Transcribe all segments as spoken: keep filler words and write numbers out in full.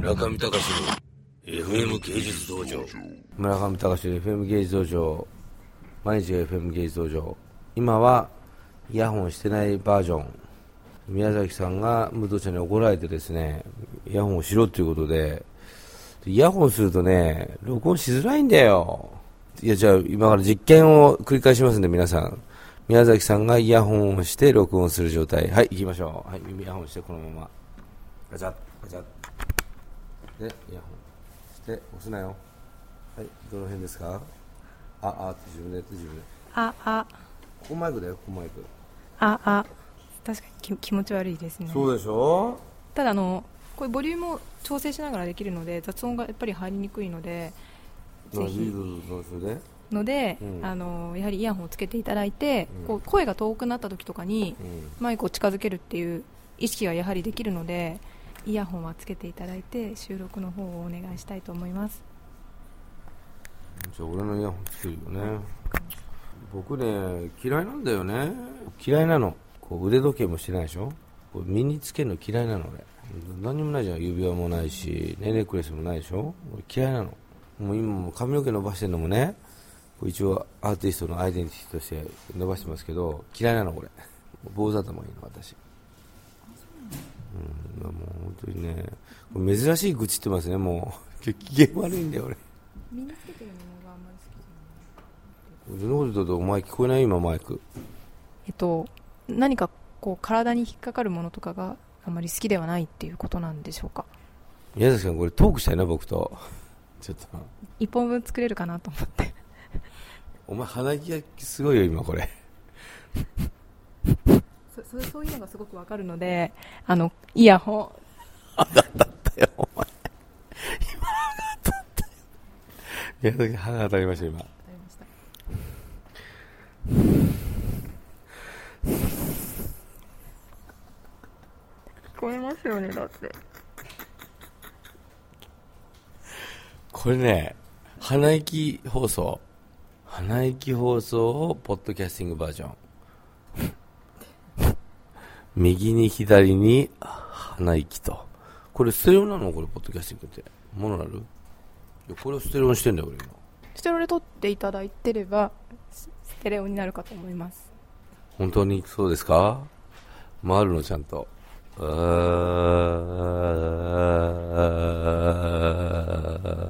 村上隆の エフエム 芸術道場。 村上隆の エフエム 芸術道場。毎日が エフエム 芸術道場。今はイヤホンしてないバージョン。宮崎さんが武藤ちゃんに怒られてですね、イヤホンをしろということで、イヤホンするとね、録音しづらいんだよ。いや、じゃあ今から実験を繰り返しますんで、皆さん。宮崎さんがイヤホンをして録音する状態。はい、行きましょう。はい、耳イヤホンしてこのまま。ガチャッ、ガチャッ。で、イヤホンして、押すなよ。はい、どの辺ですか？あ、あって自分でやって自分で。 あ、あ。 ここマイクだよ、ここマイク。 あ、あ。確かに気持ち悪いですね。 そうでしょ？ ただあの、こういうボリュームを調整しながらできるので、雑音がやっぱり入りにくいので、ぜひ。ので、うん、あのやはりイヤホンをつけていただいて、うん、こう声が遠くなった時とかに、うん、マイクを近づけるっていう意識がやはりできるので、イヤホンはつけていただいて収録の方をお願いしたいと思います。 じゃあ俺のイヤホンつけるよね。僕ね、嫌いなんだよね。嫌いなの。こう腕時計もしてないでしょ。こう身につけるの嫌いなの俺。何にもないじゃん。指輪もないしネックレスもないでしょ。俺嫌いなの。もう今も髪の毛伸ばしてるのもね、一応アーティストのアイデンティティとして伸ばしてますけど、嫌いなのこれ。坊主頭がいいの私。うん、もう本当にね、珍しい愚痴ってますね。もう機嫌悪いんだよ俺。 身につけてるものがあんまり好きじゃない。 どのこととお前聞こえない今マイク。 えっと何かこう体に引っかかるものとかがあんまり好きではないっていうことなんでしょうか。 宮崎さんこれトークしたいな僕と。ちょっと一本分作れるかなと思って。 お前鼻息がすごいよ今これ。 そ, そ, そういうのがすごくわかるので、あのイヤホン。 あだったよお前。今当たったよ。宮崎歯が当たりました今。当たりました。 聞こえますよねだって。 これね、鼻息放送。鼻息放送をポッドキャスティングバージョン。右に左に鼻息と。これステレオなのこれポッドキャスティングって。モノラル？いやこれをステレオにしてんだよ俺今。 ステレオで撮っていただいてればステレオになるかと思います。 本当にそうですか？回るのちゃんと。あー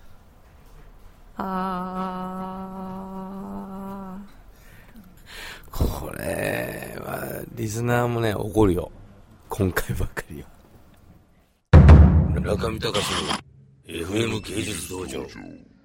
あこれはリスナーもね怒るよ今回ばっかりよ。 村上隆の エフエム 芸術道場。